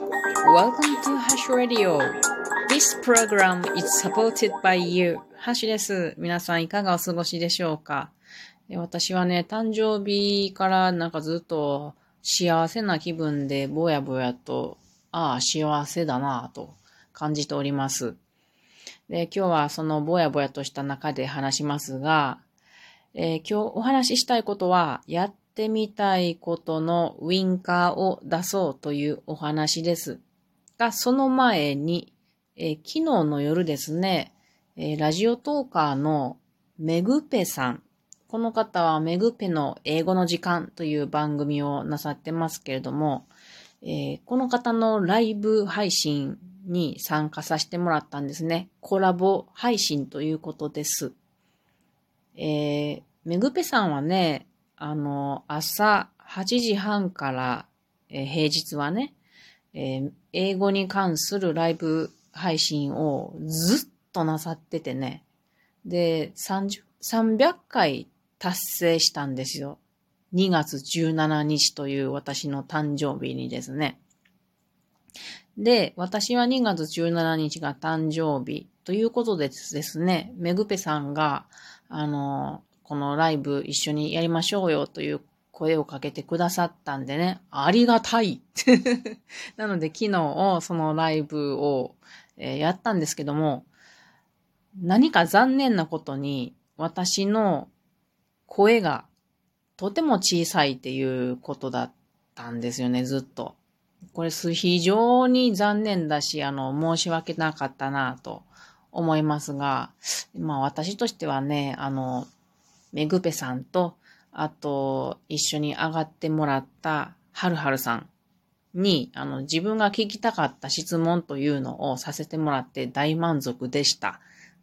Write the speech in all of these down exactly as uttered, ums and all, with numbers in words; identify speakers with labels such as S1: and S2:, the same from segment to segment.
S1: Welcome to Hash Radio. This program is supported by you. ハッシュです。皆さんいかがお過ごしでしょうか？私はね、誕生日からなんかずっと幸せな気分でぼやぼやと、ああ、幸せだなぁと感じております。で、今日はそのぼやぼやとした中で話しますが、えー、今日お話ししたいことは、やってみたいことのウィンカーを出そうというお話です。が、その前に、えー、昨日の夜ですね、えー、ラジオトーカーのメグペさん。この方はメグペの英語の時間という番組をなさってますけれども、えー、この方のライブ配信に参加させてもらったんですね。コラボ配信ということです。えー、メグペさんはね、あの、朝はちじはんから、えー、平日はね、えー、英語に関するライブ配信をずっとなさっててね。で、さんじゅう、さんびゃっかい達成したんですよ。にがつじゅうしちにちという私の誕生日にですね。で、私はにがつじゅうしちにちが誕生日ということでですね、メグペさんが、あの、このライブ一緒にやりましょうよという声をかけてくださったんでね、ありがたいなので昨日そのライブを、えー、やったんですけども、何か残念なことに私の声がとても小さいっていうことだったんですよね、ずっと。これ非常に残念だし、あの、申し訳なかったなと思いますが、まあ私としてはね、あの、メグペさんと、あと、一緒に上がってもらったはるはるさんに、あの、自分が聞きたかった質問というのをさせてもらって大満足でした。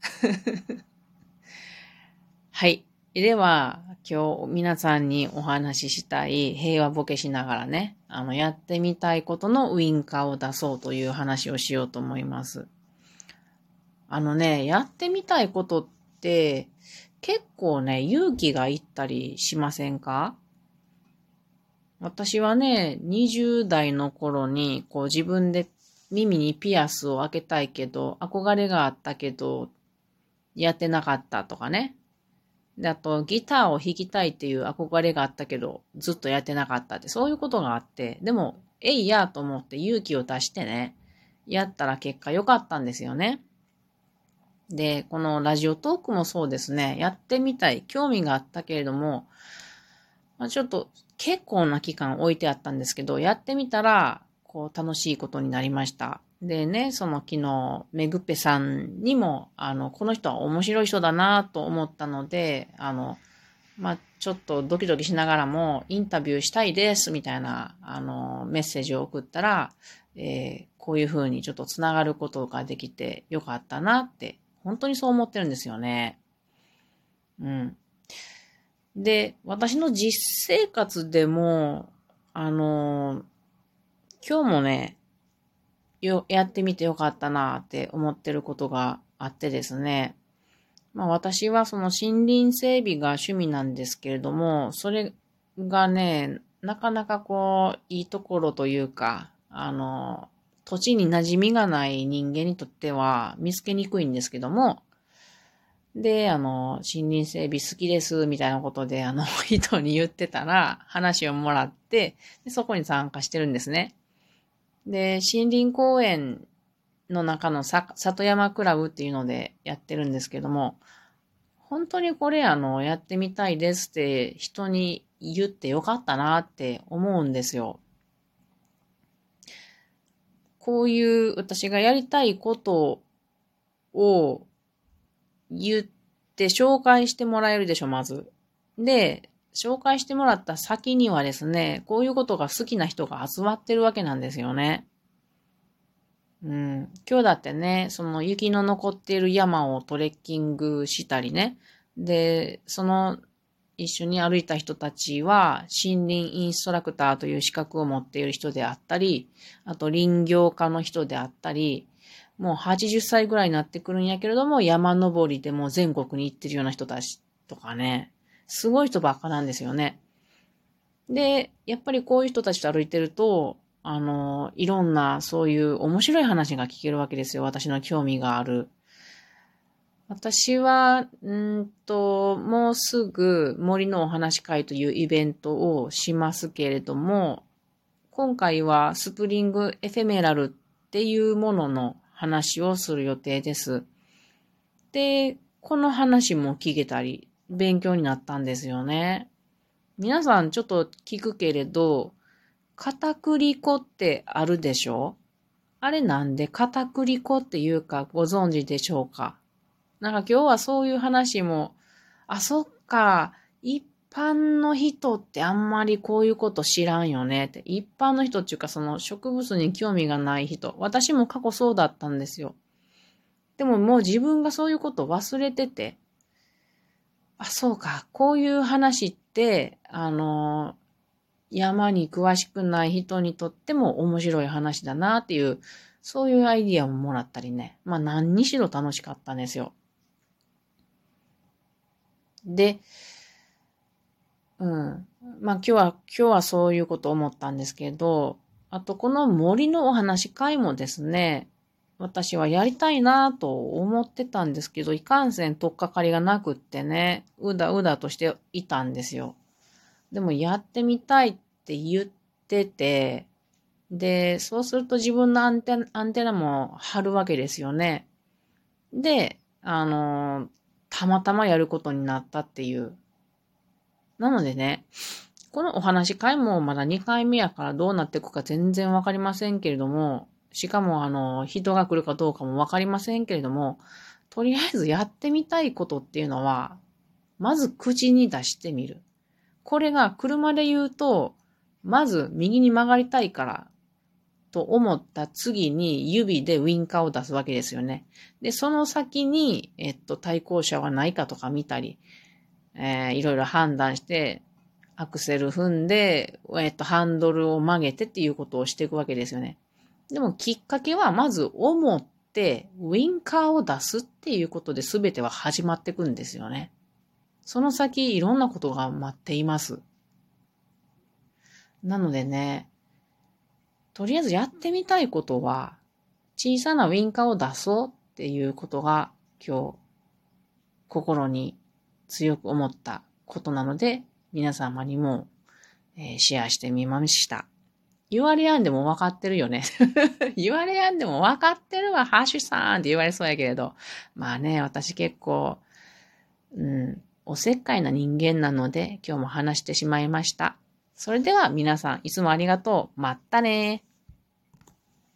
S1: はい。では、今日皆さんにお話ししたい平和ボケしながらね、あの、やってみたいことのウインカーを出そうという話をしようと思います。あのね、やってみたいことって結構ね、勇気がいったりしませんか？私はね、にじゅうだいの頃にこう自分で耳にピアスを開けたいけど、憧れがあったけど、やってなかったとかね。で、あと、ギターを弾きたいっていう憧れがあったけど、ずっとやってなかったって、そういうことがあって、でも、えいやと思って勇気を出してね、やったら結果良かったんですよね。で、このラジオトークもそうですね、やってみたい、興味があったけれども、まあ、ちょっと結構な期間置いてあったんですけど、やってみたら、こう楽しいことになりました。でね、その昨日、メグペさんにも、あの、この人は面白い人だなと思ったので、あの、まあ、ちょっとドキドキしながらも、インタビューしたいです、みたいな、あの、メッセージを送ったら、えー、こういう風にちょっとつながることができてよかったなって、本当にそう思ってるんですよね。うん。で、私の実生活でも、あの、今日もね、よ、やってみてよかったなって思ってることがあってですね。まあ私はその森林整備が趣味なんですけれども、それがね、なかなかこう、いいところというか、あの、土地に馴染みがない人間にとっては見つけにくいんですけども、で、あの、森林整備好きです、みたいなことで、あの、人に言ってたら、話をもらって、でそこに参加してるんですね。で、森林公園の中のさ里山クラブっていうのでやってるんですけども、本当にこれあの、やってみたいですって人に言ってよかったなって思うんですよ。こういう私がやりたいことを言って紹介してもらえるでしょ、まず。で、紹介してもらった先にはですね、こういうことが好きな人が集まってるわけなんですよね。うん。今日だってね、その雪の残っている山をトレッキングしたりね。で、その一緒に歩いた人たちは森林インストラクターという資格を持っている人であったり、あと林業家の人であったり、もうはちじゅっさいぐらいになってくるんやけれども、山登りでも全国に行ってるような人たちとかね、すごい人ばっかなんですよね。で、やっぱりこういう人たちと歩いてると、 あの、いろんなそういう面白い話が聞けるわけですよ。私の興味がある。私は、んと、もうすぐ森のお話会というイベントをしますけれども、今回はスプリングエフェメラルっていうものの話をする予定です。で、この話も聞けたり、勉強になったんですよね。皆さんちょっと聞くけれど、片栗粉ってあるでしょ？あれなんで片栗粉っていうかご存知でしょうか？なんか今日はそういう話も、あ、そっか、一般の人ってあんまりこういうこと知らんよねって。一般の人っていうかその植物に興味がない人。私も過去そうだったんですよ。でももう自分がそういうこと忘れてて、あ、そうか、こういう話って、あの、山に詳しくない人にとっても面白い話だなっていう、そういうアイディアももらったりね。まあ何にしろ楽しかったんですよ。で、うん。まあ今日は、今日はそういうことを思ったんですけど、あとこの森のお話会もですね、私はやりたいなと思ってたんですけど、いかんせん取っかかりがなくってね、うだうだとしていたんですよ。でもやってみたいって言ってて、で、そうすると自分のアンテナ、アンテナも張るわけですよね。で、あの、たまたまやることになったっていう。なのでね、このお話会もまだにかいめやからどうなっていくか全然わかりませんけれども、しかもあの、人が来るかどうかもわかりませんけれども、とりあえずやってみたいことっていうのは、まず口に出してみる。これが車で言うと、まず右に曲がりたいからと思った次に指でウインカーを出すわけですよね。で、その先に、えっと、対向車はないかとか見たり、えー、いろいろ判断して、アクセル踏んで、えっと、ハンドルを曲げてっていうことをしていくわけですよね。でも、きっかけは、まず思って、ウインカーを出すっていうことで全ては始まっていくんですよね。その先、いろんなことが待っています。なのでね、とりあえずやってみたいことは、小さなウインカーを出そうっていうことが、今日、心に強く思ったことなので、皆様にも、えーシェアしてみました。言われやんでも分かってるよね。言われやんでも分かってるわ、ハッシュさんって言われそうやけれど。まあね、私結構、うん、おせっかいな人間なので、今日も話してしまいました。それでは皆さん、いつもありがとう。まったね